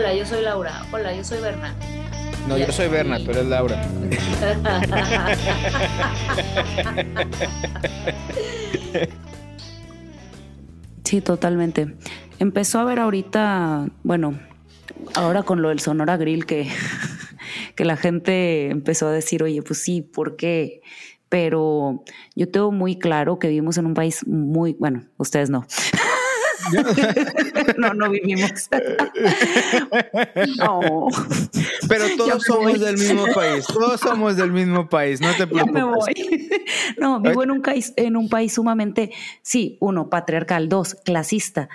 Hola, yo soy Laura. Hola, yo soy Berna. No, yo soy Berna, tú eres Laura. Sí, totalmente. Empezó a ver ahorita, bueno, ahora con lo del Sonora Grill que la gente empezó a decir, oye, pues sí, ¿por qué? Pero yo tengo muy claro que vivimos en un país muy, bueno, ustedes no. No vivimos. No. Pero todos somos del mismo país. Todos somos del mismo país. No te preocupes. Ya me voy. No, vivo en un país sumamente, sí, uno, patriarcal, dos, clasista,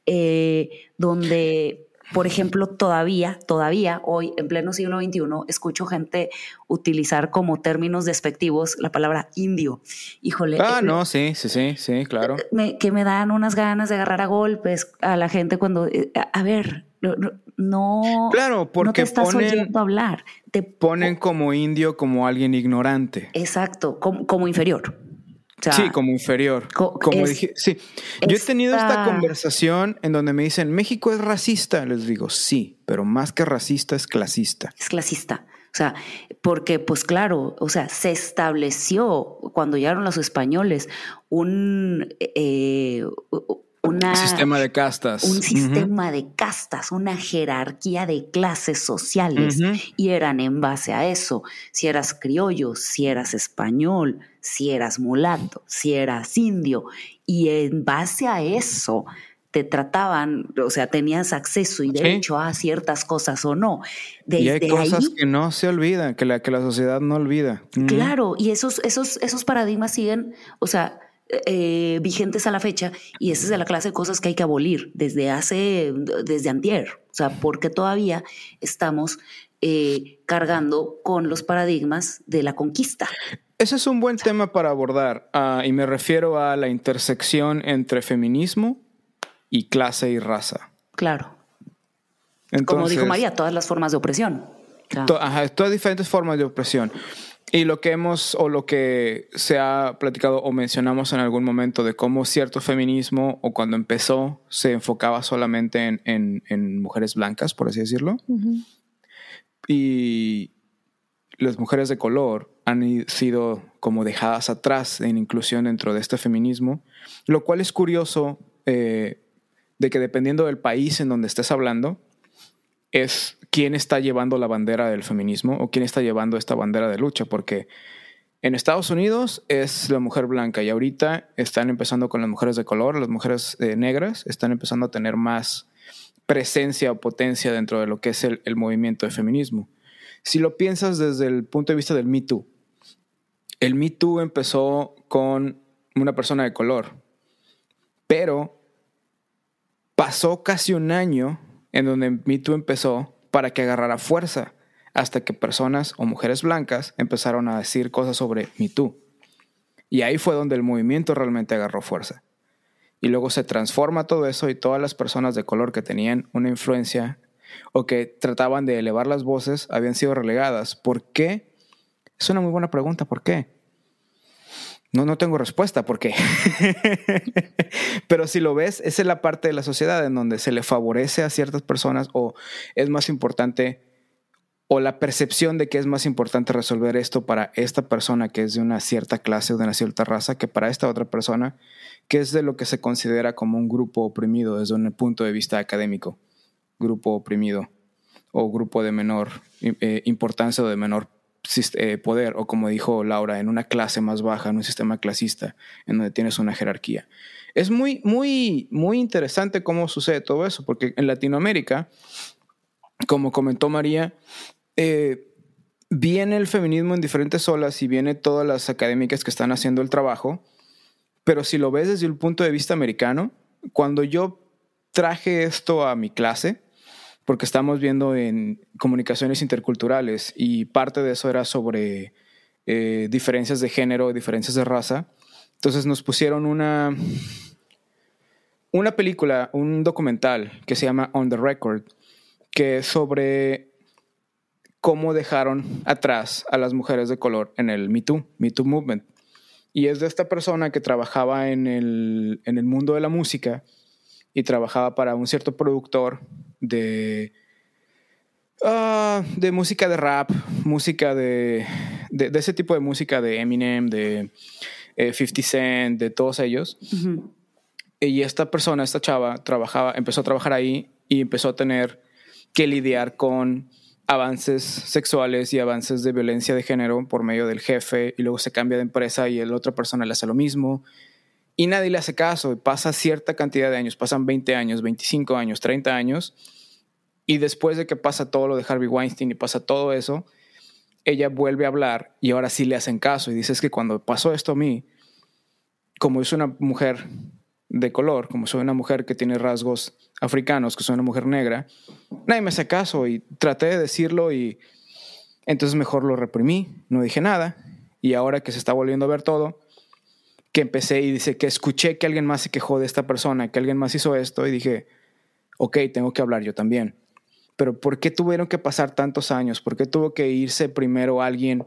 donde, por ejemplo, todavía hoy, en pleno siglo XXI, escucho gente utilizar como términos despectivos la palabra indio. Híjole. No, sí, claro. Que me dan unas ganas de agarrar a golpes a la gente cuando, a ver, no, claro, porque no te estás oyendo hablar. Te ponen como indio, como alguien ignorante. Exacto, como inferior. O sea, sí, como inferior. Como dije, sí. Yo he tenido esta conversación en donde me dicen, México es racista. Les digo, sí, pero más que racista es clasista. Es clasista. O sea, porque pues claro, o sea, se estableció cuando llegaron los españoles un sistema de castas. Un sistema de castas, una jerarquía de clases sociales. Y eran en base a eso. Si eras criollo, si eras español, si eras mulato, si eras indio. Y en base a eso te trataban, o sea, tenías acceso y derecho a ciertas cosas o no. Desde y hay cosas que no se olvidan, que la sociedad no olvida. Claro, y esos paradigmas siguen, o sea, vigentes a la fecha, y esa es de la clase de cosas que hay que abolir desde antier. O sea, porque todavía estamos cargando con los paradigmas de la conquista. Ese es un buen tema para abordar, y me refiero a la intersección entre feminismo y clase y raza. Claro. Entonces, como dijo María, todas las formas de opresión. Todas diferentes formas de opresión. Y lo que se ha platicado o mencionamos en algún momento de cómo cierto feminismo, o cuando empezó, se enfocaba solamente en mujeres blancas, por así decirlo. Y las mujeres de color han sido como dejadas atrás en inclusión dentro de este feminismo, lo cual es curioso, de que dependiendo del país en donde estés hablando, es quién está llevando la bandera del feminismo o quién está llevando esta bandera de lucha, porque en Estados Unidos es la mujer blanca y ahorita están empezando con las mujeres de color, las mujeres negras están empezando a tener más presencia o potencia dentro de lo que es el movimiento de feminismo. Si lo piensas desde el punto de vista del Me Too, el Me Too empezó con una persona de color, pero pasó casi un año en donde Me Too empezó para que agarrara fuerza, hasta que personas o mujeres blancas empezaron a decir cosas sobre Me Too. Y ahí fue donde el movimiento realmente agarró fuerza. Y luego se transforma todo eso y todas las personas de color que tenían una influencia o que trataban de elevar las voces habían sido relegadas. ¿Por qué? Es una muy buena pregunta. ¿Por qué? No tengo respuesta. ¿Por qué? Pero si lo ves, esa es la parte de la sociedad en donde se le favorece a ciertas personas, o es más importante, o la percepción de que es más importante resolver esto para esta persona que es de una cierta clase o de una cierta raza, que para esta otra persona que es de lo que se considera como un grupo oprimido desde un punto de vista académico. Grupo oprimido o grupo de menor importancia o de menor poder, o como dijo Laura, en una clase más baja, en un sistema clasista en donde tienes una jerarquía. Es muy, muy, muy interesante cómo sucede todo eso, porque en Latinoamérica, como comentó María, viene el feminismo en diferentes olas y viene todas las académicas que están haciendo el trabajo, pero si lo ves desde el punto de vista americano, cuando yo traje esto a mi clase, porque estamos viendo en comunicaciones interculturales y parte de eso era sobre diferencias de género, diferencias de raza, entonces nos pusieron una película, un documental que se llama On the Record, que es sobre cómo dejaron atrás a las mujeres de color en el Me Too Movement. Y es de esta persona que trabajaba en el mundo de la música y trabajaba para un cierto productor de De música de rap, música de ese tipo de música de Eminem, de 50 Cent, de todos ellos. Uh-huh. Y esta chava, empezó a trabajar ahí y empezó a tener que lidiar con avances sexuales y avances de violencia de género por medio del jefe, y luego se cambia de empresa y la otra persona le hace lo mismo y nadie le hace caso. Pasa cierta cantidad de años, pasan 20 años, 25 años, 30 años, y después de que pasa todo lo de Harvey Weinstein y pasa todo eso, ella vuelve a hablar y ahora sí le hacen caso y dice: es que cuando pasó esto a mí, como es una mujer de color, como soy una mujer que tiene rasgos africanos, que soy una mujer negra, nadie me hace caso y traté de decirlo y entonces mejor lo reprimí, no dije nada, y ahora que se está volviendo a ver todo, que empecé y dice que escuché que alguien más se quejó de esta persona, que alguien más hizo esto y dije: ok, tengo que hablar yo también. Pero ¿por qué tuvieron que pasar tantos años? ¿Por qué tuvo que irse primero alguien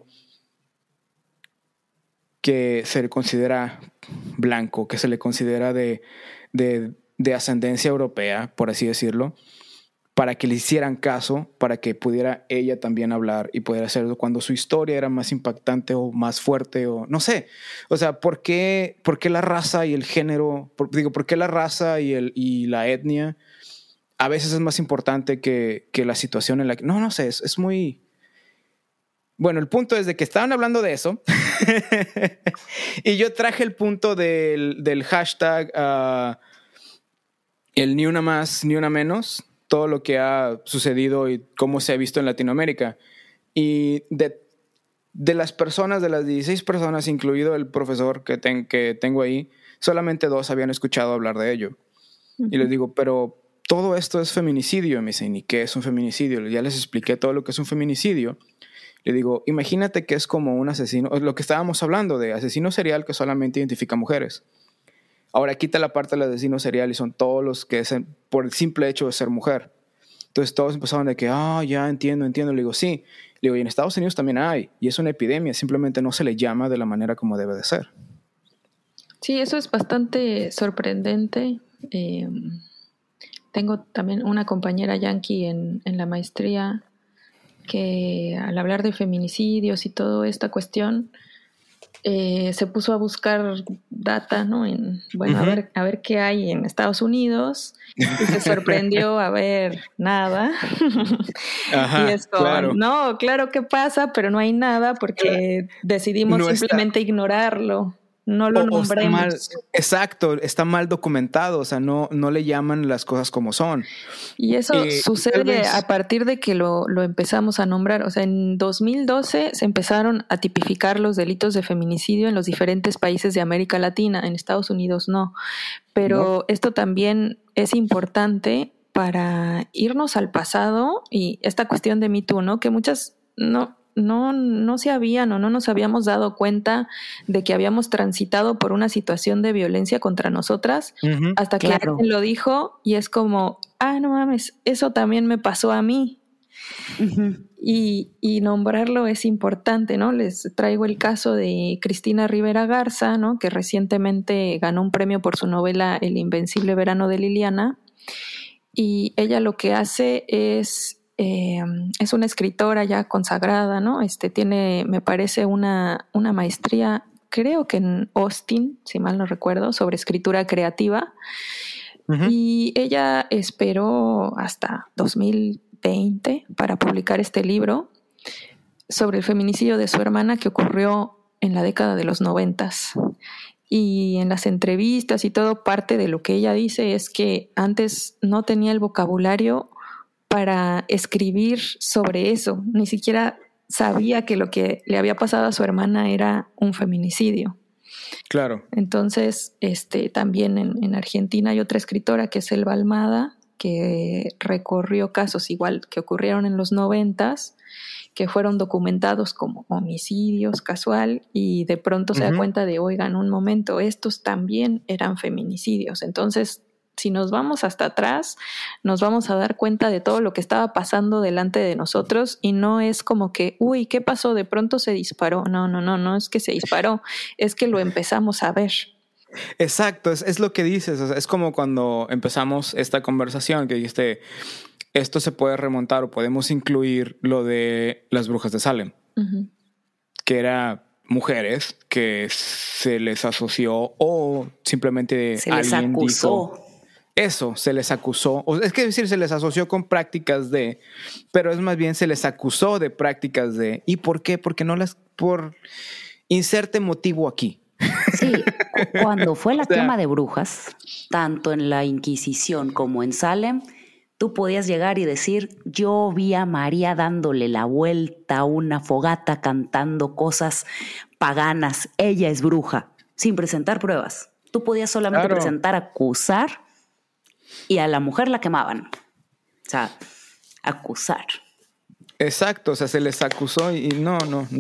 que se le considera blanco, que se le considera de ascendencia europea, por así decirlo, para que le hicieran caso, para que pudiera ella también hablar y poder hacerlo cuando su historia era más impactante o más fuerte o no sé? O sea, ¿por qué la raza y el género, por qué la raza y la etnia a veces es más importante que la situación en la que... No sé, es muy... Bueno, el punto es de que estaban hablando de eso y yo traje el punto del hashtag el ni una más, ni una menos, todo lo que ha sucedido y cómo se ha visto en Latinoamérica. Y de las personas, de las 16 personas, incluido el profesor que tengo ahí, solamente 2 habían escuchado hablar de ello. Uh-huh. Y les digo, pero todo esto es feminicidio. Y me dicen: ¿y qué es un feminicidio? Ya les expliqué todo lo que es un feminicidio. Le digo, imagínate que es como un asesino, lo que estábamos hablando de asesino serial que solamente identifica mujeres. Ahora quita la parte del asesino serial y son todos los que por el simple hecho de ser mujer. Entonces todos empezaron de que, ya entiendo. Le digo, sí. Le digo, y en Estados Unidos también hay, y es una epidemia, simplemente no se le llama de la manera como debe de ser. Sí, eso es bastante sorprendente. Tengo también una compañera yanqui en la maestría que al hablar de feminicidios y toda esta cuestión se puso a buscar data, ¿no? Uh-huh. a ver qué hay en Estados Unidos, y se sorprendió a ver nada. Ajá, y es como, claro. No, claro que pasa, pero no hay nada porque decidimos simplemente ignorarlo. No lo nombremos. Está mal documentado, o sea, no le llaman las cosas como son. Y eso sucede a partir de que lo empezamos a nombrar. O sea, en 2012 se empezaron a tipificar los delitos de feminicidio en los diferentes países de América Latina. En Estados Unidos no. Pero esto también es importante para irnos al pasado y esta cuestión de Me Too, ¿no? Que muchas no se habían o no nos habíamos dado cuenta de que habíamos transitado por una situación de violencia contra nosotras, uh-huh, hasta que alguien lo dijo y es como, no mames, eso también me pasó a mí. Uh-huh. Y nombrarlo es importante, ¿no? Les traigo el caso de Cristina Rivera Garza, ¿no? Que recientemente ganó un premio por su novela El Invencible Verano de Liliana, y ella lo que hace es una escritora ya consagrada, ¿no? Tiene, me parece, una maestría, creo que en Austin, si mal no recuerdo, sobre escritura creativa. Uh-huh. Y ella esperó hasta 2020 para publicar este libro sobre el feminicidio de su hermana que ocurrió en la década de los 90s. Y en las entrevistas y todo, parte de lo que ella dice es que antes no tenía el vocabulario para escribir sobre eso. Ni siquiera sabía que lo que le había pasado a su hermana era un feminicidio. Claro. Entonces, también en Argentina hay otra escritora que es Elba Almada, que recorrió casos igual que ocurrieron en los 90s, que fueron documentados como homicidios casual, y de pronto se da cuenta de, oigan, un momento, estos también eran feminicidios. Entonces, si nos vamos hasta atrás, nos vamos a dar cuenta de todo lo que estaba pasando delante de nosotros, y no es como que, uy, ¿qué pasó? De pronto se disparó. No es que se disparó, es que lo empezamos a ver. Exacto, es lo que dices. O sea, es como cuando empezamos esta conversación que dijiste, esto se puede remontar o podemos incluir lo de las brujas de Salem, que era mujeres que se les asoció o simplemente se les acusó. Dijo, eso, se les acusó. Es que decir, se les asoció con prácticas de, pero es más bien se les acusó de prácticas de. ¿Y por qué? Porque no las, por inserte motivo aquí. Sí, cuando fue la quema de brujas, tanto en la Inquisición como en Salem, tú podías llegar y decir, yo vi a María dándole la vuelta a una fogata cantando cosas paganas, ella es bruja, sin presentar pruebas. Tú podías solamente presentar, acusar, y a la mujer la quemaban. O sea, acusar. Exacto, o sea, se les acusó y no.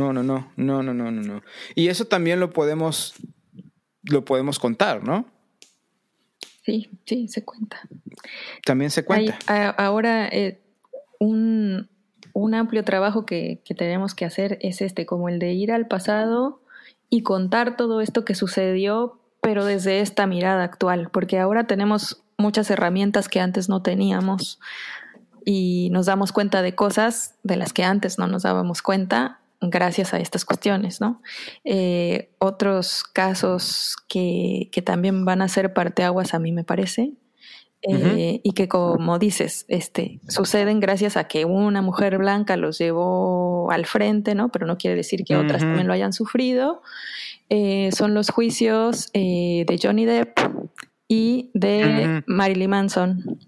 Y eso también lo podemos contar, ¿no? Sí, se cuenta. También se cuenta. Ahora, un amplio trabajo que tenemos que hacer es como el de ir al pasado y contar todo esto que sucedió, pero desde esta mirada actual, porque ahora tenemos muchas herramientas que antes no teníamos y nos damos cuenta de cosas de las que antes no nos dábamos cuenta gracias a estas cuestiones, ¿no? Otros casos que también van a ser parteaguas, a mí me parece, y que, como dices, suceden gracias a que una mujer blanca los llevó al frente, ¿no? Pero no quiere decir que otras también lo hayan sufrido. Son los juicios de Johnny Depp y de Marilyn Manson.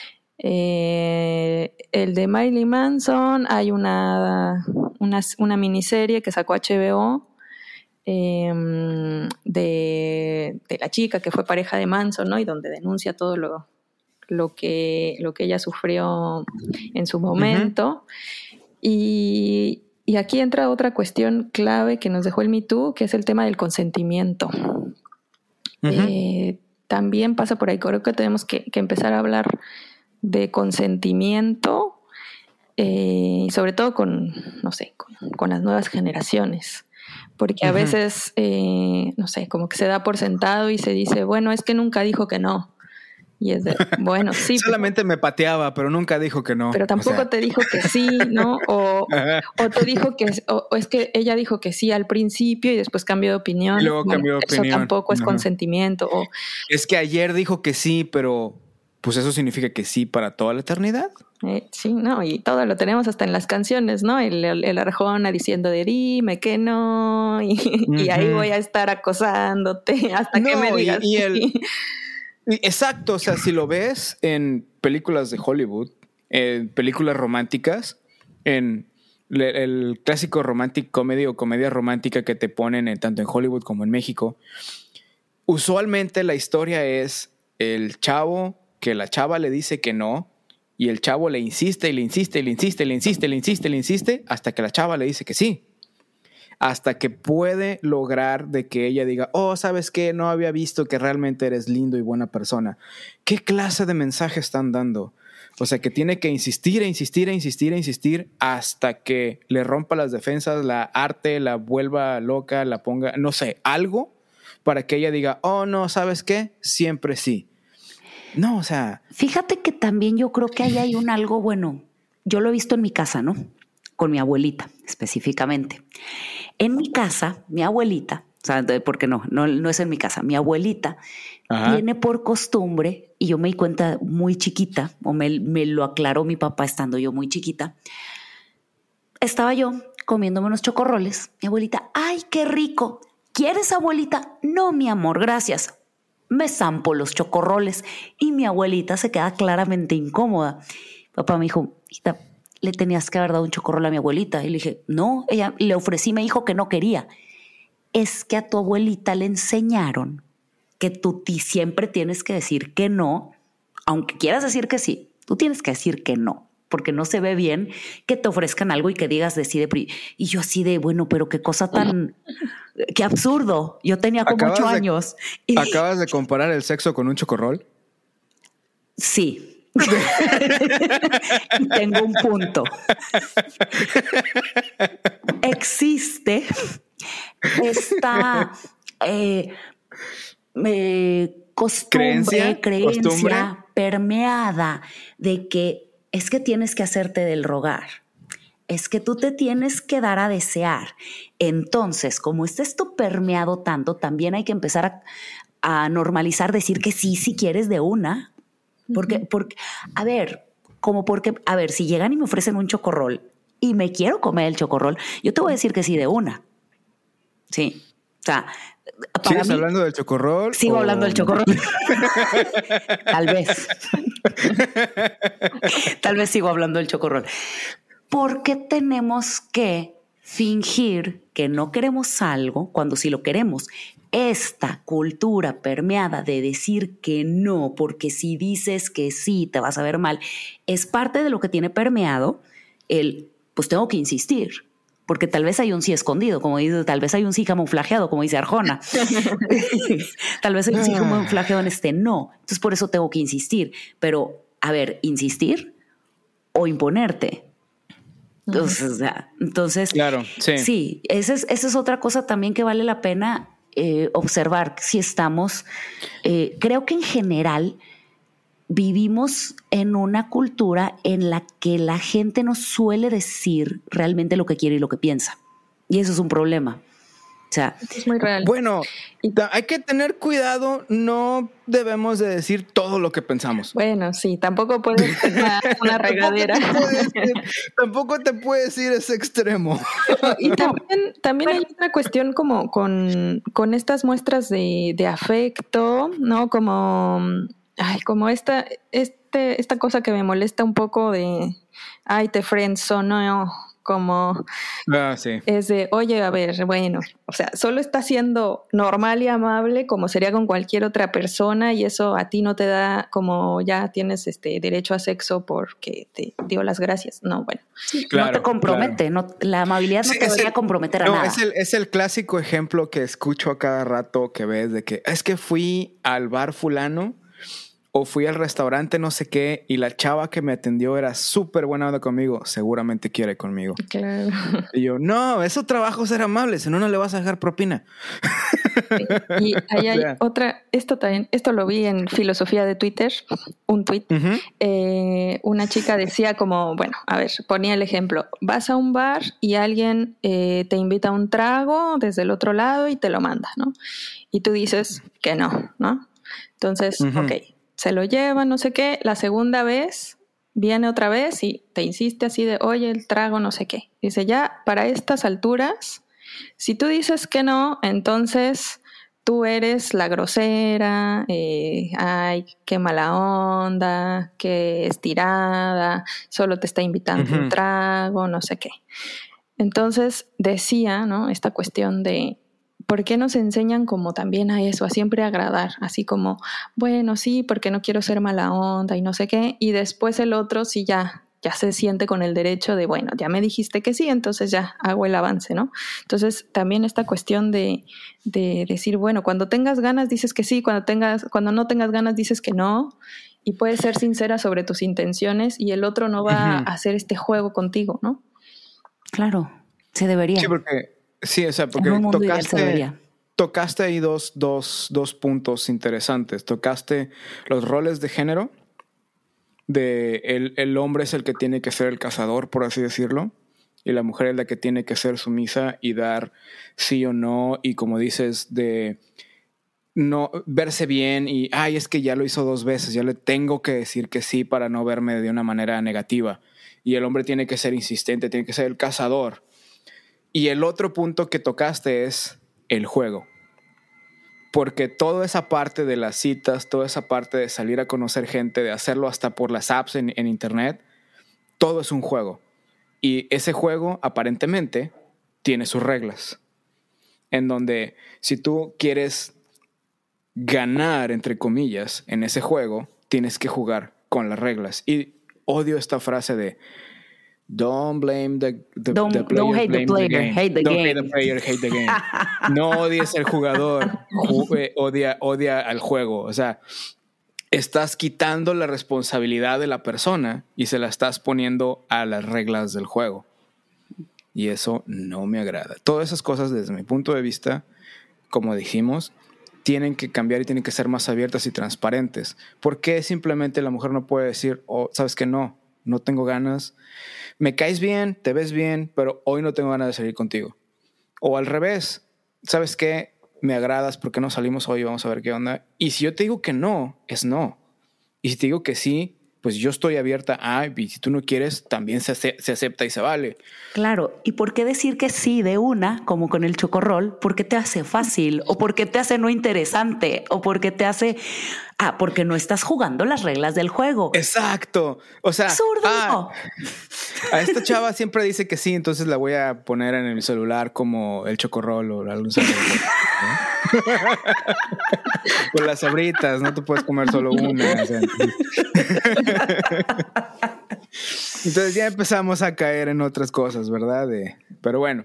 El de Marilyn Manson, hay una miniserie que sacó HBO de la chica que fue pareja de Manson, ¿no? Y donde denuncia todo lo que ella sufrió en su momento. Y aquí entra otra cuestión clave que nos dejó el Me Too, que es el tema del consentimiento. También pasa por ahí. Creo que tenemos que empezar a hablar de consentimiento, y sobre todo con las nuevas generaciones, porque a veces, como que se da por sentado y se dice, bueno, es que nunca dijo que no. Y es de, bueno, sí. Solamente me pateaba, pero nunca dijo que no. Pero tampoco te dijo que sí, ¿no? O te dijo que, o es que ella dijo que sí al principio y después cambió de opinión. Y luego cambió de opinión. Eso tampoco es consentimiento. Es que ayer dijo que sí, pero pues eso significa que sí para toda la eternidad. Sí, no, y todo lo tenemos hasta en las canciones, ¿no? El Arjona diciendo de dime que no, y ahí voy a estar acosándote hasta que me digas sí. Exacto, o sea, si lo ves en películas de Hollywood, en películas románticas, en el clásico romantic comedy o comedia romántica que te ponen tanto en Hollywood como en México, usualmente la historia es el chavo que la chava le dice que no y el chavo le insiste y le insiste y le insiste y le insiste y le insiste y le insiste hasta que la chava le dice que sí. Hasta que puede lograr de que ella diga, oh, ¿sabes qué? No había visto que realmente eres lindo y buena persona. ¿Qué clase de mensaje están dando? O sea, que tiene que insistir e insistir e insistir e insistir hasta que le rompa las defensas, la arte, la vuelva loca, la ponga, no sé, algo para que ella diga, oh, no, ¿sabes qué? Siempre sí. No, o sea... Fíjate que también yo creo que ahí hay un algo bueno. Yo lo he visto en mi casa, ¿no? Con mi abuelita, específicamente. En mi casa, mi abuelita, o sea, porque no es en mi casa, mi abuelita tiene por costumbre, y yo me di cuenta muy chiquita, o me lo aclaró mi papá estando yo muy chiquita, estaba yo comiéndome unos chocorroles, mi abuelita, ¡ay, qué rico! ¿Quieres, abuelita? No, mi amor, gracias. Me zampo los chocorroles y mi abuelita se queda claramente incómoda. Papá me dijo, hijita, le tenías que haber dado un chocorrol a mi abuelita. Y le dije, no, ella le ofrecí, me dijo que no quería. Es que a tu abuelita le enseñaron que tú siempre tienes que decir que no, aunque quieras decir que sí, tú tienes que decir que no, porque no se ve bien que te ofrezcan algo y que digas decide. Y yo así de, bueno, pero qué cosa tan... Qué absurdo. Yo tenía como 8 años. ¿Acabas de comparar el sexo con un chocorrol? Sí. Tengo un punto. Existe esta costumbre, creencia permeada de que es que tienes que hacerte del rogar. Es que tú te tienes que dar a desear. Entonces, como está esto permeado tanto, también hay que empezar a normalizar, decir que sí, si quieres de una. Porque, si llegan y me ofrecen un chocorrol y me quiero comer el chocorrol, yo te voy a decir que sí de una. Sí. O sea, ¿sigues hablando del chocorrol? Sigo hablando del chocorrol. Tal vez. Tal vez sigo hablando del chocorrol. ¿Por qué tenemos que fingir que no queremos algo cuando sí lo queremos? Esta cultura permeada de decir que no, porque si dices que sí te vas a ver mal, es parte de lo que tiene permeado pues tengo que insistir. Porque tal vez hay un sí escondido, como dice, tal vez hay un sí camuflajeado, como dice Arjona. Tal vez hay un sí camuflajeado en este no. Entonces por eso tengo que insistir. Pero, a ver, ¿insistir o imponerte? Entonces claro, sí, esa es otra cosa también que vale la pena observar. Si estamos, creo que en general vivimos en una cultura en la que la gente no suele decir realmente lo que quiere y lo que piensa. Y eso es un problema. O sea, es muy real. Bueno, hay que tener cuidado, no debemos de decir todo lo que pensamos. Bueno, sí, tampoco puedes ser una regadera. Tampoco te puedes ir ese extremo. Y también hay otra cuestión como con estas muestras de afecto, ¿no? Como esta cosa que me molesta un poco de te friendzoneo, como sí. es de, oye, a ver, bueno, o sea, solo está siendo normal y amable como sería con cualquier otra persona, y eso a ti no te da como ya tienes derecho a sexo porque te dio las gracias. No, bueno. Claro, no te compromete, claro. La amabilidad no te debería comprometer a nada. Es el clásico ejemplo que escucho a cada rato que ves de que es que fui al bar fulano o fui al restaurante no sé qué y la chava que me atendió era súper buena onda conmigo, seguramente quiere conmigo. Claro. Y yo, no, es su trabajo ser amable, si no, no le vas a dejar propina. Y ahí hay esto lo vi en filosofía de Twitter, un tweet. Una chica decía como, bueno, a ver, ponía el ejemplo, vas a un bar y alguien te invita a un trago desde el otro lado y te lo manda, ¿no? Y tú dices que no, ¿no? Entonces, ok, se lo lleva, no sé qué, la segunda vez viene otra vez y te insiste así de, oye, el trago, no sé qué. Dice, ya para estas alturas, si tú dices que no, entonces tú eres la grosera, ay, qué mala onda, qué estirada, solo te está invitando un trago, no sé qué. Entonces decía, ¿no? Esta cuestión de ¿por qué nos enseñan como también a eso, a siempre agradar? Así como, bueno, sí, porque no quiero ser mala onda y no sé qué. Y después el otro sí ya se siente con el derecho de, bueno, ya me dijiste que sí, entonces ya hago el avance, ¿no? Entonces también esta cuestión de decir, bueno, cuando tengas ganas dices que sí, cuando no tengas ganas dices que no. Y puedes ser sincera sobre tus intenciones y el otro no va a hacer este juego contigo, ¿no? Claro, se debería. Sí, porque tocaste ahí dos puntos interesantes. Tocaste los roles de género, de el hombre es el que tiene que ser el cazador, por así decirlo, y la mujer es la que tiene que ser sumisa y dar sí o no, y como dices, de no verse bien y, es que ya lo hizo 2 veces, ya le tengo que decir que sí para no verme de una manera negativa. Y el hombre tiene que ser insistente, tiene que ser el cazador. Y el otro punto que tocaste es el juego. Porque toda esa parte de las citas, toda esa parte de salir a conocer gente, de hacerlo hasta por las apps en internet, todo es un juego. Y ese juego, aparentemente, tiene sus reglas. En donde si tú quieres ganar, entre comillas, en ese juego, tienes que jugar con las reglas. Y odio esta frase de don't blame the player, don't hate the player, hate the game. Don't hate the player, hate the game. No odies al jugador, odia al juego. O sea, estás quitando la responsabilidad de la persona y se la estás poniendo a las reglas del juego. Y eso no me agrada. Todas esas cosas, desde mi punto de vista, como dijimos, tienen que cambiar y tienen que ser más abiertas y transparentes. ¿Por qué simplemente la mujer no puede decir, ¿sabes qué? No, no tengo ganas. Me caes bien, te ves bien, pero hoy no tengo ganas de salir contigo. O al revés, ¿sabes qué? Me agradas, ¿por qué no salimos hoy? Vamos a ver qué onda. Y si yo te digo que no, es no. Y si te digo que sí, pues yo estoy abierta a, y si tú no quieres, también se acepta y se vale. Claro, ¿y por qué decir que sí de una, como con el chocorrol? ¿Por qué te hace fácil? ¿O por qué te hace no interesante? ¿O por qué te hace... porque no estás jugando las reglas del juego? Exacto. O sea, ¡absurdo! A esta chava siempre dice que sí, entonces la voy a poner en el celular como el chocorrol o algún sabor, ¿no? Con las sabritas, no te puedes comer solo una. O sea, entonces ya empezamos a caer en otras cosas, ¿verdad? Pero bueno.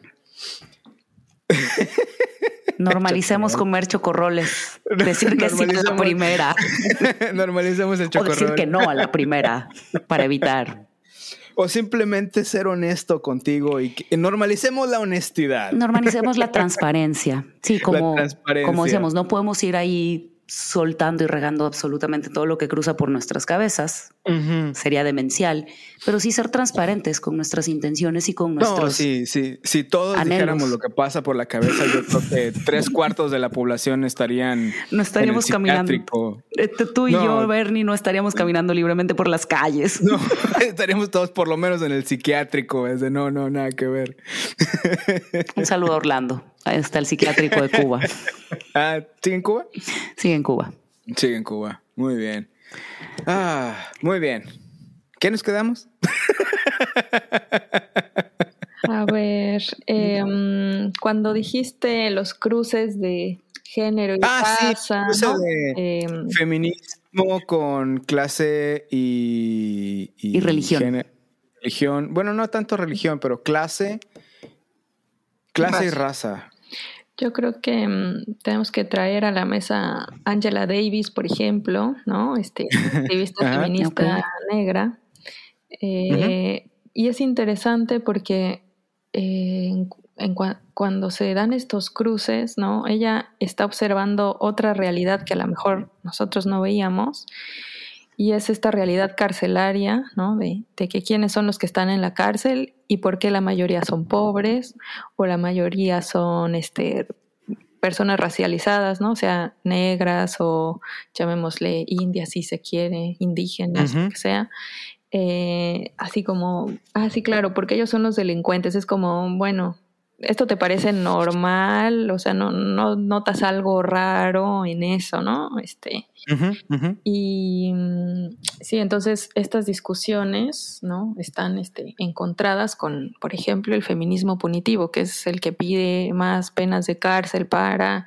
Normalicemos comer chocorroles. Decir que sí a la primera. Normalicemos el chocorrol. O decir que no a la primera para evitar. O simplemente ser honesto contigo y normalicemos la honestidad. Normalicemos la transparencia. Sí, como decíamos, no podemos ir ahí soltando y regando absolutamente todo lo que cruza por nuestras cabezas. Uh-huh. Sería demencial. Pero sí ser transparentes con nuestras intenciones y con nuestros Si todos anhelos. Dijéramos lo que pasa por la cabeza, yo creo que 3/4 de la población estarían no estaríamos caminando. Tú y yo, Bernie, no estaríamos caminando libremente por las calles. No, estaríamos todos por lo menos en el psiquiátrico. Es de no, nada que ver. Un saludo a Orlando. Ahí está el psiquiátrico de Cuba. ¿Sigue en Cuba? Sigue en Cuba. Sigue en Cuba. Muy bien. Muy bien. ¿Qué nos quedamos? A ver, cuando dijiste los cruces de género y raza, sí, ¿no? De feminismo con clase y religión. Religión. Bueno, no tanto religión, pero clase y raza. Yo creo que tenemos que traer a la mesa Angela Davis, por ejemplo, ¿no? Activista feminista negra. Y es interesante porque cuando se dan estos cruces, ¿no? Ella está observando otra realidad que a lo mejor nosotros no veíamos. Y es esta realidad carcelaria, ¿no? De que quiénes son los que están en la cárcel y por qué la mayoría son pobres o la mayoría son personas racializadas, ¿no? O sea, negras o llamémosle indias si se quiere, indígenas, lo que sea. Así como, sí, claro, porque ellos son los delincuentes. Es como, bueno, ¿esto te parece normal? O sea, no notas algo raro en eso, ¿no? Y sí, entonces estas discusiones, ¿no? Están encontradas con, por ejemplo, el feminismo punitivo, que es el que pide más penas de cárcel para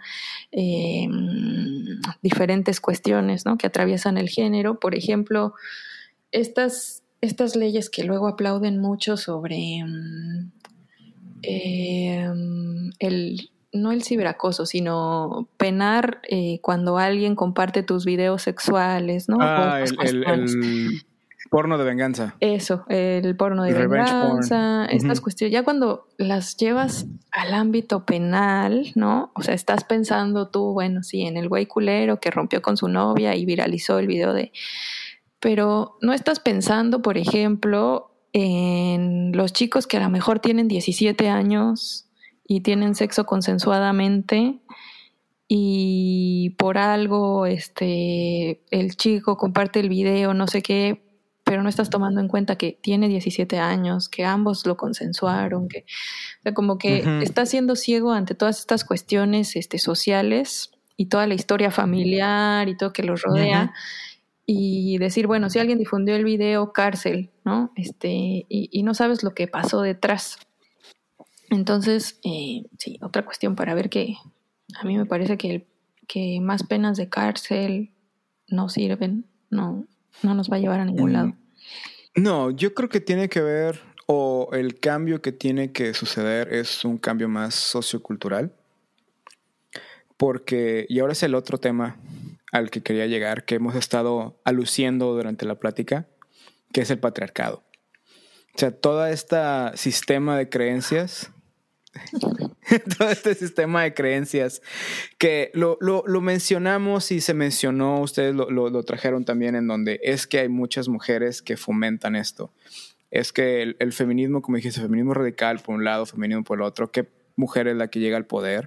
diferentes cuestiones, ¿no? Que atraviesan el género. Por ejemplo, estas leyes que luego aplauden mucho sobre no el ciberacoso, sino penar cuando alguien comparte tus videos sexuales, ¿no? El porno de venganza. Eso, el porno de venganza, estas cuestiones. Ya cuando las llevas al ámbito penal, ¿no? O sea, estás pensando tú, bueno, sí, en el güey culero que rompió con su novia y viralizó el video pero no estás pensando, por ejemplo, en los chicos que a lo mejor tienen 17 años y tienen sexo consensuadamente y por algo el chico comparte el video, no sé qué, pero no estás tomando en cuenta que tiene 17 años, que ambos lo consensuaron, que, o sea, como que estás siendo ciego ante todas estas cuestiones sociales y toda la historia familiar y todo que los rodea. Y decir, bueno, si alguien difundió el video, cárcel, ¿no? Y no sabes lo que pasó detrás. Entonces, sí, otra cuestión para ver que a mí me parece que más penas de cárcel no sirven, no nos va a llevar a ningún lado. No, yo creo que tiene que ver, o el cambio que tiene que suceder es un cambio más sociocultural. Porque, y ahora es el otro tema al que quería llegar, que hemos estado aluciendo durante la plática, que es el patriarcado. O sea, todo este sistema de creencias todo este sistema de creencias que lo mencionamos y se mencionó, ustedes lo trajeron también, en donde es que hay muchas mujeres que fomentan esto. Es que el feminismo, como dijiste, feminismo radical por un lado, feminismo por el otro, ¿qué mujer es la que llega al poder?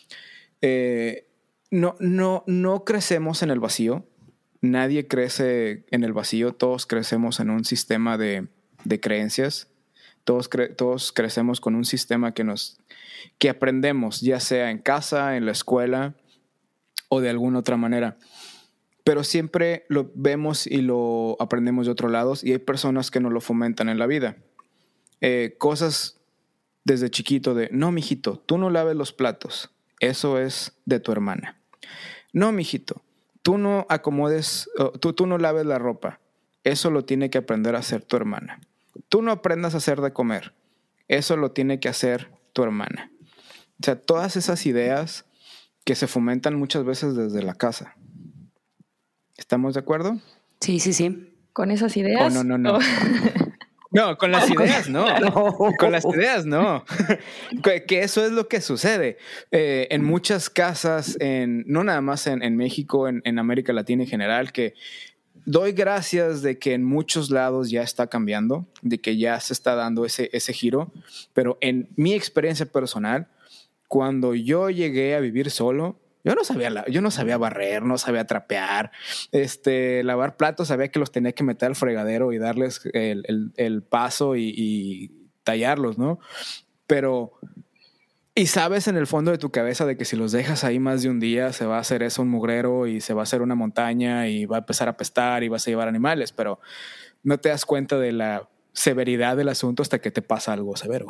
No crecemos en el vacío. Nadie crece en el vacío. Todos crecemos en un sistema de creencias. Todos crecemos con un sistema que aprendemos, ya sea en casa, en la escuela o de alguna otra manera. Pero siempre lo vemos y lo aprendemos de otros lados, y hay personas que nos lo fomentan en la vida. Cosas desde chiquito de, no, mijito, tú no laves los platos. Eso es de tu hermana. No, mijito, tú no acomodes, tú no laves la ropa. Eso lo tiene que aprender a hacer tu hermana. Tú no aprendas a hacer de comer. Eso lo tiene que hacer tu hermana. O sea, todas esas ideas que se fomentan muchas veces desde la casa. ¿Estamos de acuerdo? Sí, sí, sí. ¿Con esas ideas? No. No, con las ideas no. Con las ideas no. Que eso es lo que sucede. En muchas casas, no nada más en México, en América Latina en general, que doy gracias de que en muchos lados ya está cambiando, de que ya se está dando ese giro. Pero en mi experiencia personal, cuando yo llegué a vivir solo, yo no sabía barrer, no sabía trapear, lavar platos, sabía que los tenía que meter al fregadero y darles el paso y tallarlos, ¿no? Pero, y sabes en el fondo de tu cabeza de que si los dejas ahí más de un día, se va a hacer eso un mugrero y se va a hacer una montaña y va a empezar a apestar y vas a llevar animales, pero no te das cuenta de la severidad del asunto hasta que te pasa algo severo.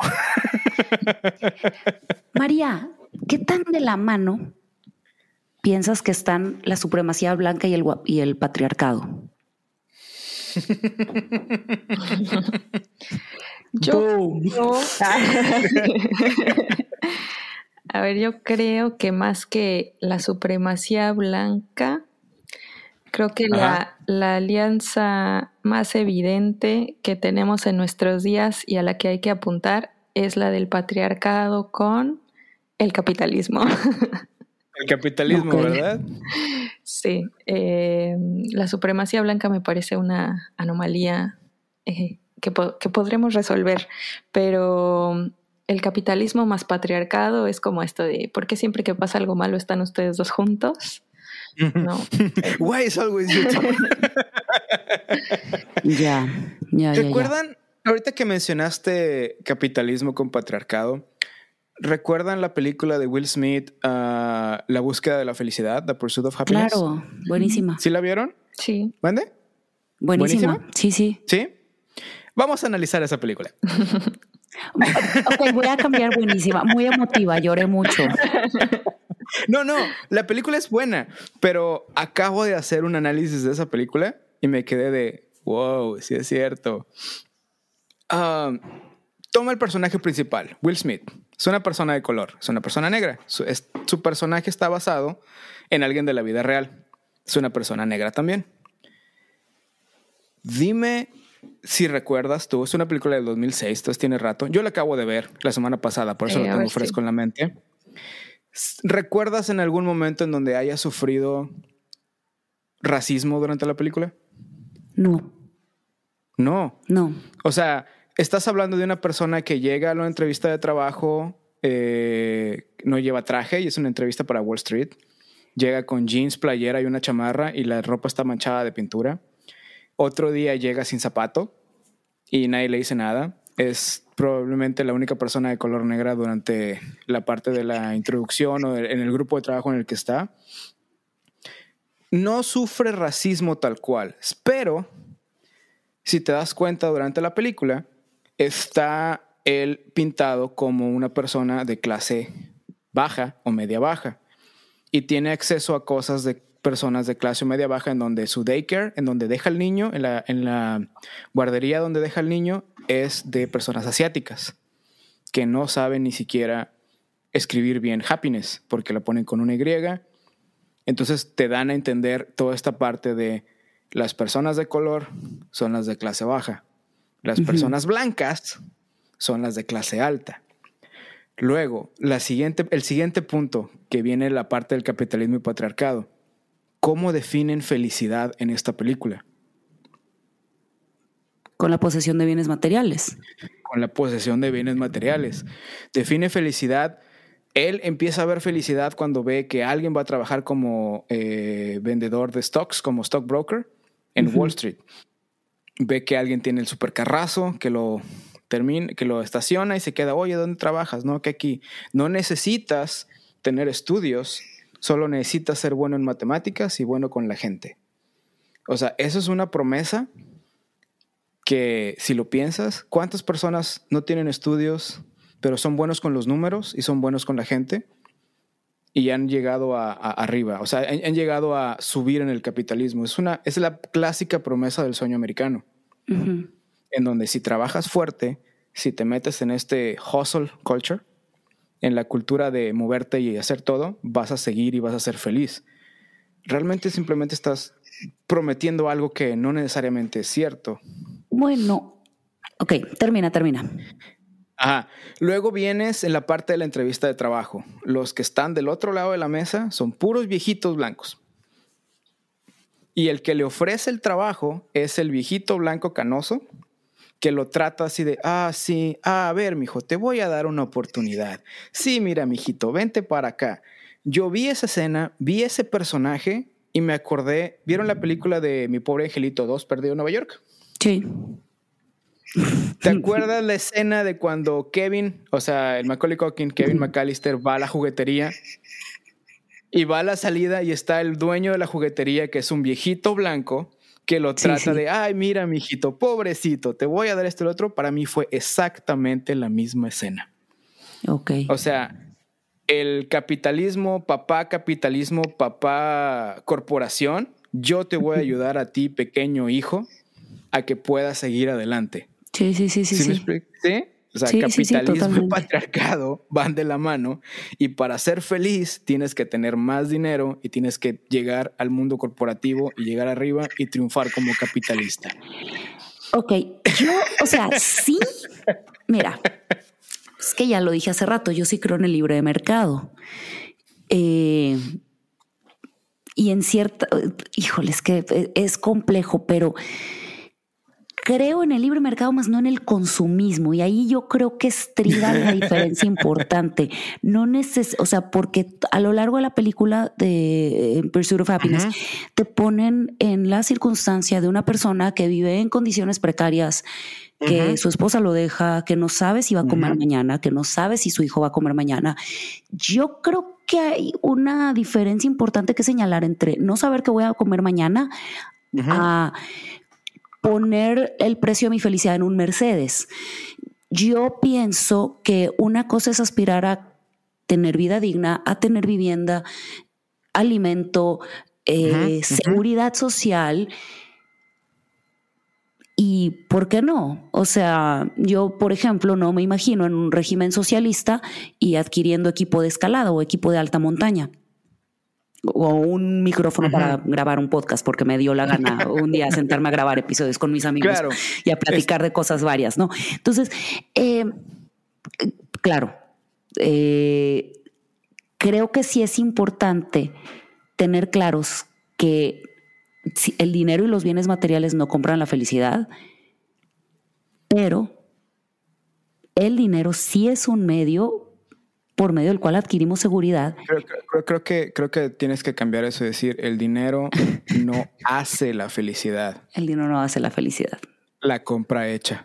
María, ¿qué tan de la mano piensas que están la supremacía blanca y el patriarcado? A ver, yo creo que más que la supremacía blanca, creo que la alianza más evidente que tenemos en nuestros días y a la que hay que apuntar es la del patriarcado con el capitalismo. El capitalismo, okay. ¿Verdad? Sí. La supremacía blanca me parece una anomalía que podremos resolver, pero el capitalismo más patriarcado es como esto de ¿por qué siempre que pasa algo malo están ustedes dos juntos? No. Why is always you two? Ya. ¿Recuerdan, ahorita que mencionaste capitalismo con patriarcado, ¿recuerdan la película de Will Smith, La búsqueda de la felicidad, The Pursuit of Happiness? Claro, buenísima. ¿Sí la vieron? Sí. ¿Mande? Buenísima. Sí. ¿Sí? Vamos a analizar esa película. Ok, voy a cambiar buenísima. Muy emotiva, lloré mucho. No, la película es buena, pero acabo de hacer un análisis de esa película y me quedé de, wow, sí es cierto. Toma el personaje principal, Will Smith. Es una persona de color, es una persona negra. Su personaje está basado en alguien de la vida real. Es una persona negra también. Dime si recuerdas tú, es una película del 2006, entonces tiene rato. Yo la acabo de ver la semana pasada, por eso lo tengo fresco en la mente. ¿Recuerdas en algún momento en donde haya sufrido racismo durante la película? No. O sea, estás hablando de una persona que llega a una entrevista de trabajo, no lleva traje y es una entrevista para Wall Street. Llega con jeans, playera y una chamarra y la ropa está manchada de pintura. Otro día llega sin zapato y nadie le dice nada. Es probablemente la única persona de color negra durante la parte de la introducción o en el grupo de trabajo en el que está. No sufre racismo tal cual, pero si te das cuenta durante la película, está él pintado como una persona de clase baja o media baja y tiene acceso a cosas de personas de clase media baja, en donde su daycare, en donde deja al niño, en la guardería donde deja al niño, es de personas asiáticas que no saben ni siquiera escribir bien happiness porque la ponen con una Y. Entonces te dan a entender toda esta parte de las personas de color son las de clase baja, las personas blancas son las de clase alta. Luego, el siguiente punto que viene la parte del capitalismo y patriarcado. ¿Cómo definen felicidad en esta película? Con la posesión de bienes materiales. Con la posesión de bienes materiales. Define felicidad. Él empieza a ver felicidad cuando ve que alguien va a trabajar como vendedor de stocks, como stockbroker en Wall Street. Ve que alguien tiene el supercarrazo, que lo estaciona y se queda, oye, ¿dónde trabajas? No, que aquí. No necesitas tener estudios, solo necesitas ser bueno en matemáticas y bueno con la gente. O sea, eso es una promesa que, si lo piensas, ¿cuántas personas no tienen estudios, pero son buenos con los números y son buenos con la gente? Y han llegado arriba. O sea, han llegado a subir en el capitalismo. Es la clásica promesa del sueño americano. En donde si trabajas fuerte, si te metes en este hustle culture, en la cultura de moverte y hacer todo, vas a seguir y vas a ser feliz. Realmente simplemente estás prometiendo algo que no necesariamente es cierto. Bueno, ok, termina. Ajá. Luego vienes en la parte de la entrevista de trabajo. Los que están del otro lado de la mesa son puros viejitos blancos. Y el que le ofrece el trabajo es el viejito blanco canoso que lo trata así de, sí, a ver, mijo, te voy a dar una oportunidad. Sí, mira, mijito, vente para acá. Yo vi esa escena, vi ese personaje y me acordé, ¿vieron la película de Mi Pobre Angelito 2, Perdido en Nueva York? Sí. ¿Te acuerdas la escena de cuando Kevin, o sea, el Macaulay Culkin, Kevin McAllister, va a la juguetería y va a la salida y está el dueño de la juguetería, que es un viejito blanco, que lo trata de, ay, mira, mijito, pobrecito, te voy a dar esto y lo otro? Para mí fue exactamente la misma escena. Ok. O sea, el capitalismo, papá corporación, yo te voy a ayudar a ti, pequeño hijo, a que puedas seguir adelante. Sí. ¿Sí? O sea, capitalismo y patriarcado van de la mano, y para ser feliz tienes que tener más dinero y tienes que llegar al mundo corporativo y llegar arriba y triunfar como capitalista. Ok, sí, mira, es que ya lo dije hace rato, yo sí creo en el libre de mercado. Y en cierta, híjole, es que es complejo, pero creo en el libre mercado, más no en el consumismo. Y ahí yo creo que estriba la diferencia importante. Porque a lo largo de la película de Pursuit of Happiness, te ponen en la circunstancia de una persona que vive en condiciones precarias, que su esposa lo deja, que no sabe si va a comer mañana, que no sabe si su hijo va a comer mañana. Yo creo que hay una diferencia importante que señalar entre no saber qué voy a comer mañana a poner el precio de mi felicidad en un Mercedes. Yo pienso que una cosa es aspirar a tener vida digna, a tener vivienda, alimento, seguridad social. Y ¿por qué no? O sea, yo, por ejemplo, no me imagino en un régimen socialista y adquiriendo equipo de escalada o equipo de alta montaña. O un micrófono para grabar un podcast, porque me dio la gana un día sentarme a grabar episodios con mis amigos y a platicar de cosas varias, ¿no? Entonces, creo que sí es importante tener claros que el dinero y los bienes materiales no compran la felicidad, pero el dinero sí es un medio por medio del cual adquirimos seguridad. Creo que tienes que cambiar eso y decir, el dinero no hace la felicidad. El dinero no hace la felicidad. La compra hecha.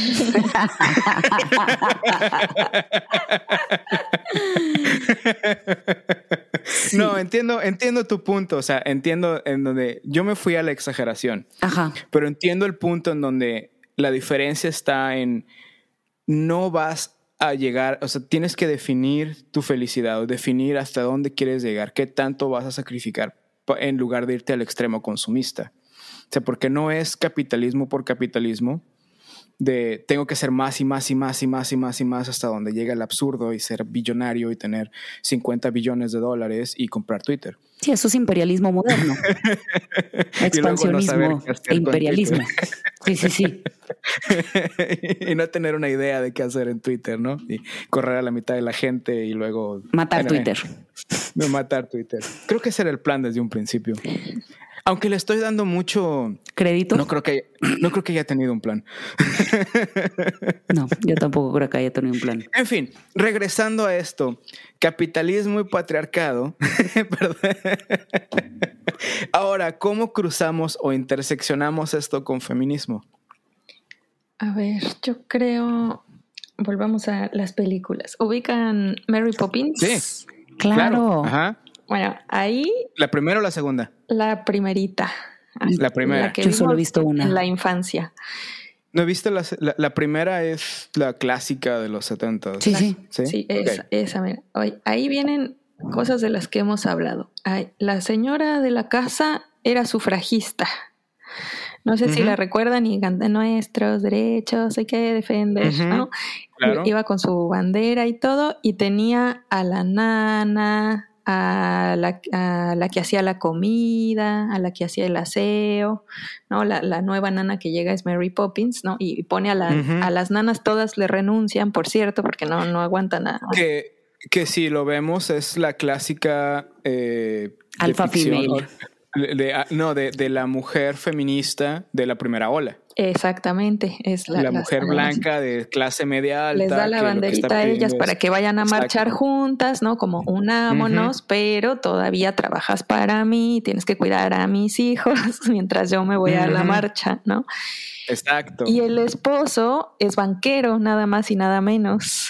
Sí. No, entiendo tu punto. O sea, entiendo en donde yo me fui a la exageración. Pero entiendo el punto en donde la diferencia está en no vas a llegar, o sea, tienes que definir tu felicidad o definir hasta dónde quieres llegar, qué tanto vas a sacrificar en lugar de irte al extremo consumista. O sea, porque no es capitalismo por capitalismo, de tengo que ser más y más y más y más y más y más hasta donde llega el absurdo y ser billonario y tener 50 billones de dólares y comprar Twitter. Sí, eso es imperialismo moderno. Expansionismo e imperialismo. Sí. Y no tener una idea de qué hacer en Twitter, ¿no? Y correr a la mitad de la gente y luego... Matar Twitter. No, matar Twitter. Creo que ese era el plan desde un principio. Aunque le estoy dando mucho crédito. No creo que haya tenido un plan. No, yo tampoco creo que haya tenido un plan. En fin, regresando a esto, capitalismo y patriarcado. Ahora, ¿cómo cruzamos o interseccionamos esto con feminismo? A ver, yo creo... Volvamos a las películas. ¿Ubican Mary Poppins? Sí, claro. Ajá. Bueno, ahí... ¿La primera o la segunda? La primerita. La primera. La que yo solo he visto una. En la infancia. ¿No he visto la primera? Es la clásica de los 70. Sí. Sí, esa. Mira. Ahí vienen cosas de las que hemos hablado. La señora de la casa era sufragista. No sé si la recuerdan y canta nuestros derechos, hay que defender, ¿no? Claro. Iba con su bandera y todo y tenía a la nana, a la que hacía la comida, a la que hacía el aseo, ¿no? La nueva nana que llega es Mary Poppins, ¿no? Y pone a las nanas, todas le renuncian, por cierto, porque no aguantan nada. Que si lo vemos es la clásica alfa female. De la mujer feminista de la primera ola. Exactamente, es la mujer blanca de clase media alta. Les da la banderita a ellas para que vayan a marchar juntas, ¿no? Como unámonos, pero todavía trabajas para mí, tienes que cuidar a mis hijos mientras yo me voy a la marcha, ¿no? Exacto. Y el esposo es banquero, nada más y nada menos.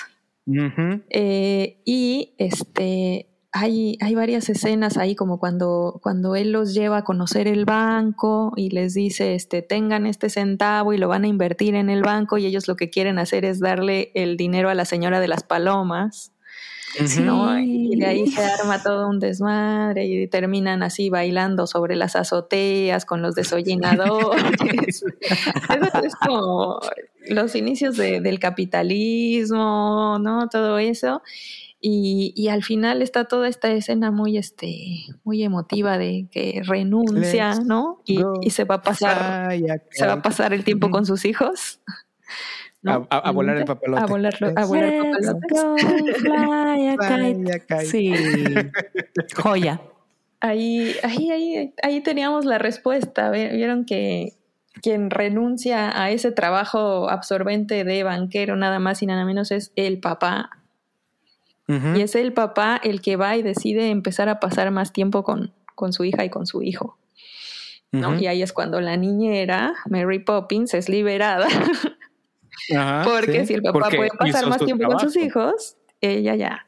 Hay varias escenas ahí como cuando él los lleva a conocer el banco y les dice, tengan este centavo y lo van a invertir en el banco y ellos lo que quieren hacer es darle el dinero a la señora de las palomas, ¿no? Y de ahí se arma todo un desmadre y terminan así bailando sobre las azoteas con los desollinadores. Eso es como los inicios del capitalismo, ¿no? Todo eso. Y al final está toda esta escena muy emotiva de que renuncia, ¿no? Y se va a pasar el tiempo con sus hijos, ¿no? A volar el papalote. A volar el papalote. Fly a kite. Sí. Joya. Ahí teníamos la respuesta. Vieron que quien renuncia a ese trabajo absorbente de banquero nada más y nada menos es el papá. Y es el papá el que va y decide empezar a pasar más tiempo con su hija y con su hijo, ¿no? Y ahí es cuando la niñera, Mary Poppins, es liberada. Porque si el papá puede pasar más tiempo con sus hijos, ella ya.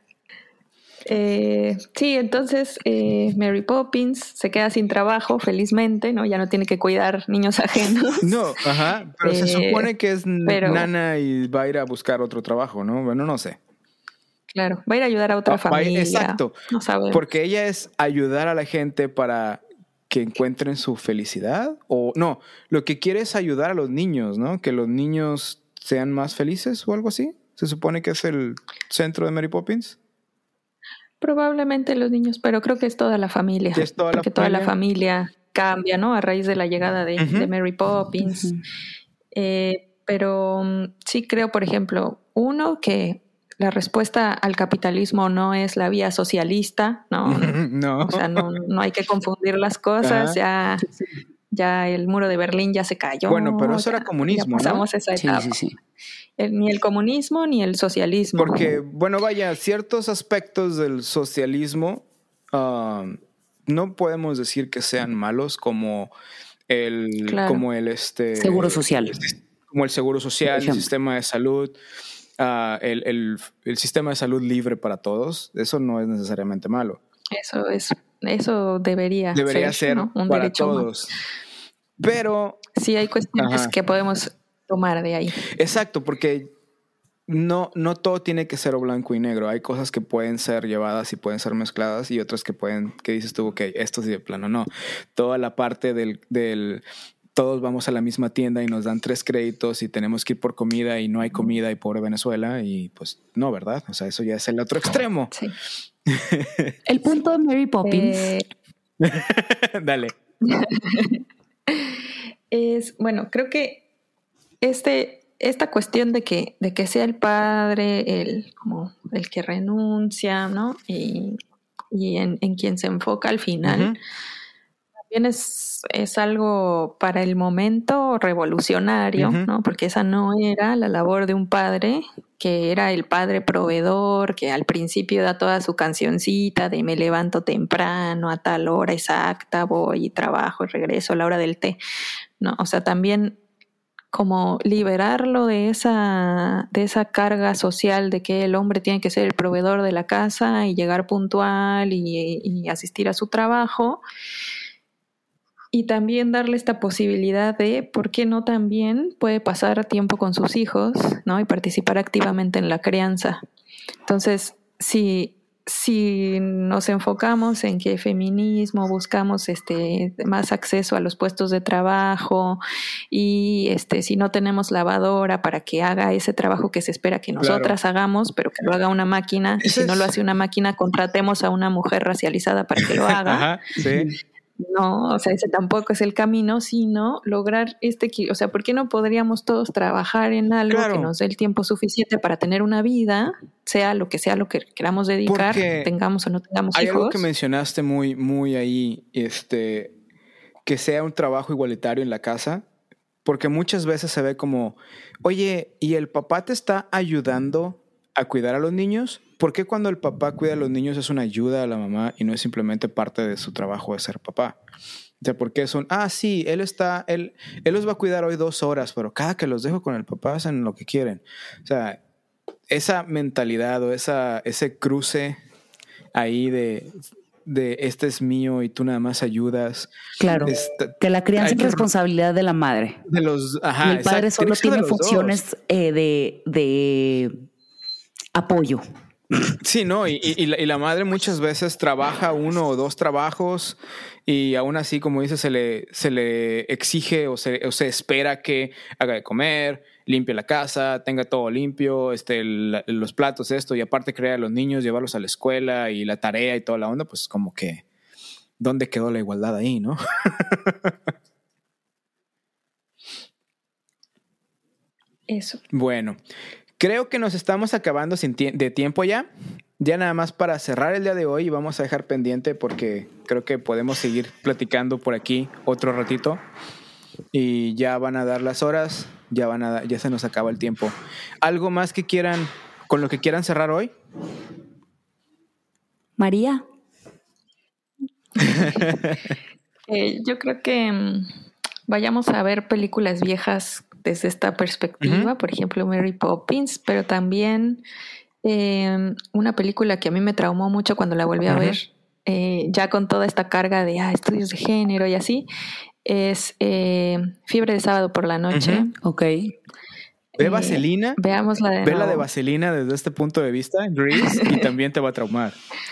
Entonces Mary Poppins se queda sin trabajo, felizmente, ¿no? Ya no tiene que cuidar niños ajenos. No, pero se supone que es nana y va a ir a buscar otro trabajo, ¿no? Bueno, no sé. Claro, va a ir a ayudar a otra familia. Exacto. No sabemos. Porque ella es ayudar a la gente para que encuentren su felicidad. O no, lo que quiere es ayudar a los niños, ¿no? Que los niños sean más felices o algo así. Se supone que es el centro de Mary Poppins. Probablemente los niños, pero creo que es toda la familia. Porque toda la familia cambia, ¿no? A raíz de la llegada de Mary Poppins. Pero sí creo, por ejemplo, que la respuesta al capitalismo no es la vía socialista, ¿no? No. O sea, no hay que confundir las cosas. Ya el muro de Berlín ya se cayó. Bueno, pero eso era comunismo, ya pasamos esa etapa. Sí. Ni el comunismo ni el socialismo. Porque, ciertos aspectos del socialismo no podemos decir que sean malos, como como el seguro social. Como el seguro social, el sistema de salud. El sistema de salud libre para todos, eso no es necesariamente malo. Eso debería ser, ¿no? Un para derecho todos. Pero sí hay cuestiones que podemos tomar de ahí. Exacto, porque no todo tiene que ser o blanco y negro. Hay cosas que pueden ser llevadas y pueden ser mezcladas y otras que dices tú, ok, esto sí de plano no. Toda la parte del todos vamos a la misma tienda y nos dan 3 créditos y tenemos que ir por comida y no hay comida y pobre Venezuela y pues no, ¿verdad? O sea, eso ya es el otro extremo. Sí. El punto de Mary Poppins. Dale. Bueno, creo que esta cuestión de que sea el padre como el que renuncia, ¿no? Y en quien se enfoca al final, también es algo para el momento revolucionario, ¿no? Porque esa no era la labor de un padre, que era el padre proveedor, que al principio da toda su cancioncita de me levanto temprano, a tal hora exacta, voy y trabajo y regreso a la hora del té, ¿no? O sea, también como liberarlo de esa carga social de que el hombre tiene que ser el proveedor de la casa y llegar puntual y asistir a su trabajo. Y también darle esta posibilidad de, ¿por qué no también puede pasar tiempo con sus hijos, ¿no? Y participar activamente en la crianza? Entonces, si nos enfocamos en que feminismo, buscamos más acceso a los puestos de trabajo y si no tenemos lavadora para que haga ese trabajo que se espera que nosotras hagamos, pero que lo haga una máquina, y si no lo hace una máquina, contratemos a una mujer racializada para que lo haga. Ajá, sí. No, o sea, ese tampoco es el camino, sino lograr o sea, ¿por qué no podríamos todos trabajar en algo que nos dé el tiempo suficiente para tener una vida, sea lo que queramos dedicar, tengamos o no tengamos hijos? Hay algo que mencionaste muy, muy ahí, que sea un trabajo igualitario en la casa, porque muchas veces se ve como, oye, ¿y el papá te está ayudando a cuidar a los niños? ¿Por qué cuando el papá cuida a los niños es una ayuda a la mamá y no es simplemente parte de su trabajo de ser papá? O sea, ¿por qué son? Sí, él los va a cuidar hoy 2 horas, pero cada que los dejo con el papá hacen lo que quieren. O sea, esa mentalidad o ese cruce ahí de este es mío y tú nada más ayudas. Claro, que la crianza es responsabilidad de la madre. Y el padre solo tiene funciones de apoyo. Sí, ¿no? Y la madre muchas veces trabaja 1 o 2 trabajos y aún así, como dice, se le exige o se espera que haga de comer, limpie la casa, tenga todo limpio, los platos, y aparte crea a los niños, llevarlos a la escuela y la tarea y toda la onda, pues como que ¿dónde quedó la igualdad ahí, no? Eso. Bueno, creo que nos estamos acabando de tiempo ya. Ya nada más para cerrar el día de hoy, vamos a dejar pendiente porque creo que podemos seguir platicando por aquí otro ratito. Y ya van a dar las horas, ya se nos acaba el tiempo. ¿Algo más con lo que quieran cerrar hoy? María. Yo creo que vayamos a ver películas viejas desde esta perspectiva, por ejemplo Mary Poppins, pero también una película que a mí me traumó mucho cuando la volví a ver, ya con toda esta carga de estudios de género y así, es Fiebre de sábado por la noche. Ok. Ve Vaselina. Veámosla de nuevo. Ve la de Vaselina desde este punto de vista, Grease, y también te va a traumar.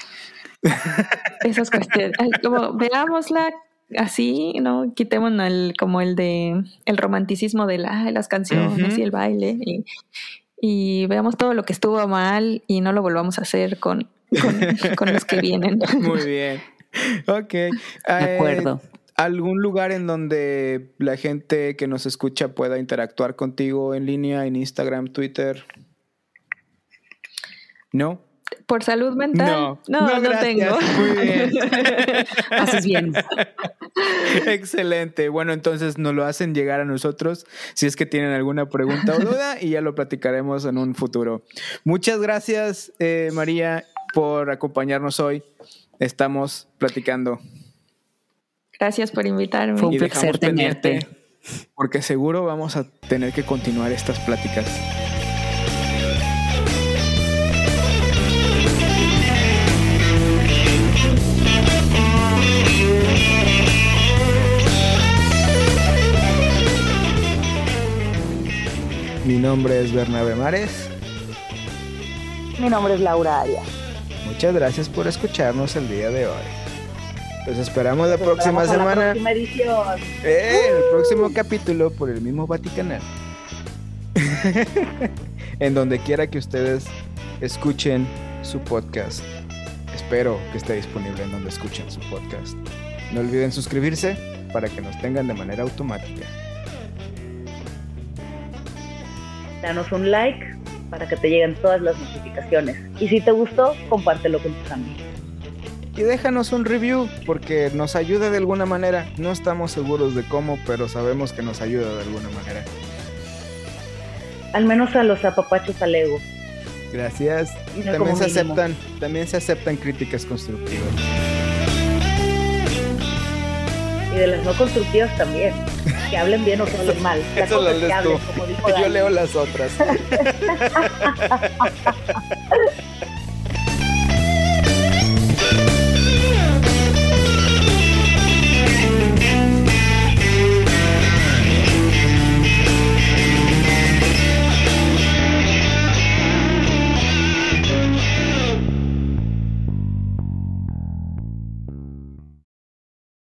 Esas cuestiones. Como veámosla así, ¿no? Quitémonos el romanticismo de las canciones y el baile y veamos todo lo que estuvo mal y no lo volvamos a hacer con los que vienen. Muy bien. Ok. De acuerdo. ¿Algún lugar en donde la gente que nos escucha pueda interactuar contigo en línea, en Instagram, Twitter? ¿No? ¿Por salud mental? No tengo. Muy bien. Haces bien. Excelente. Bueno, entonces nos lo hacen llegar a nosotros si es que tienen alguna pregunta o duda y ya lo platicaremos en un futuro. Muchas gracias, María, por acompañarnos hoy. Estamos platicando. Gracias por invitarme. Fue un placer tenerte. Porque seguro vamos a tener que continuar estas pláticas. Mi nombre es Bernabé Mares. Mi nombre es Laura Arias. Muchas gracias por escucharnos el día de hoy. Los esperamos la próxima semana. La próxima edición. El próximo capítulo por el mismo Vaticanal. En donde quiera que ustedes escuchen su podcast. Espero que esté disponible en donde escuchen su podcast. No olviden suscribirse para que nos tengan de manera automática. Danos un like para que te lleguen todas las notificaciones. Y si te gustó, compártelo con tus amigos. Y déjanos un review porque nos ayuda de alguna manera. No estamos seguros de cómo, pero sabemos que nos ayuda de alguna manera. Al menos a los apapachos al ego. Gracias. También se aceptan críticas constructivas. Y de las no constructivas también. Que hablen bien o que hablen mal. Eso lo lees tú. Yo leo las otras.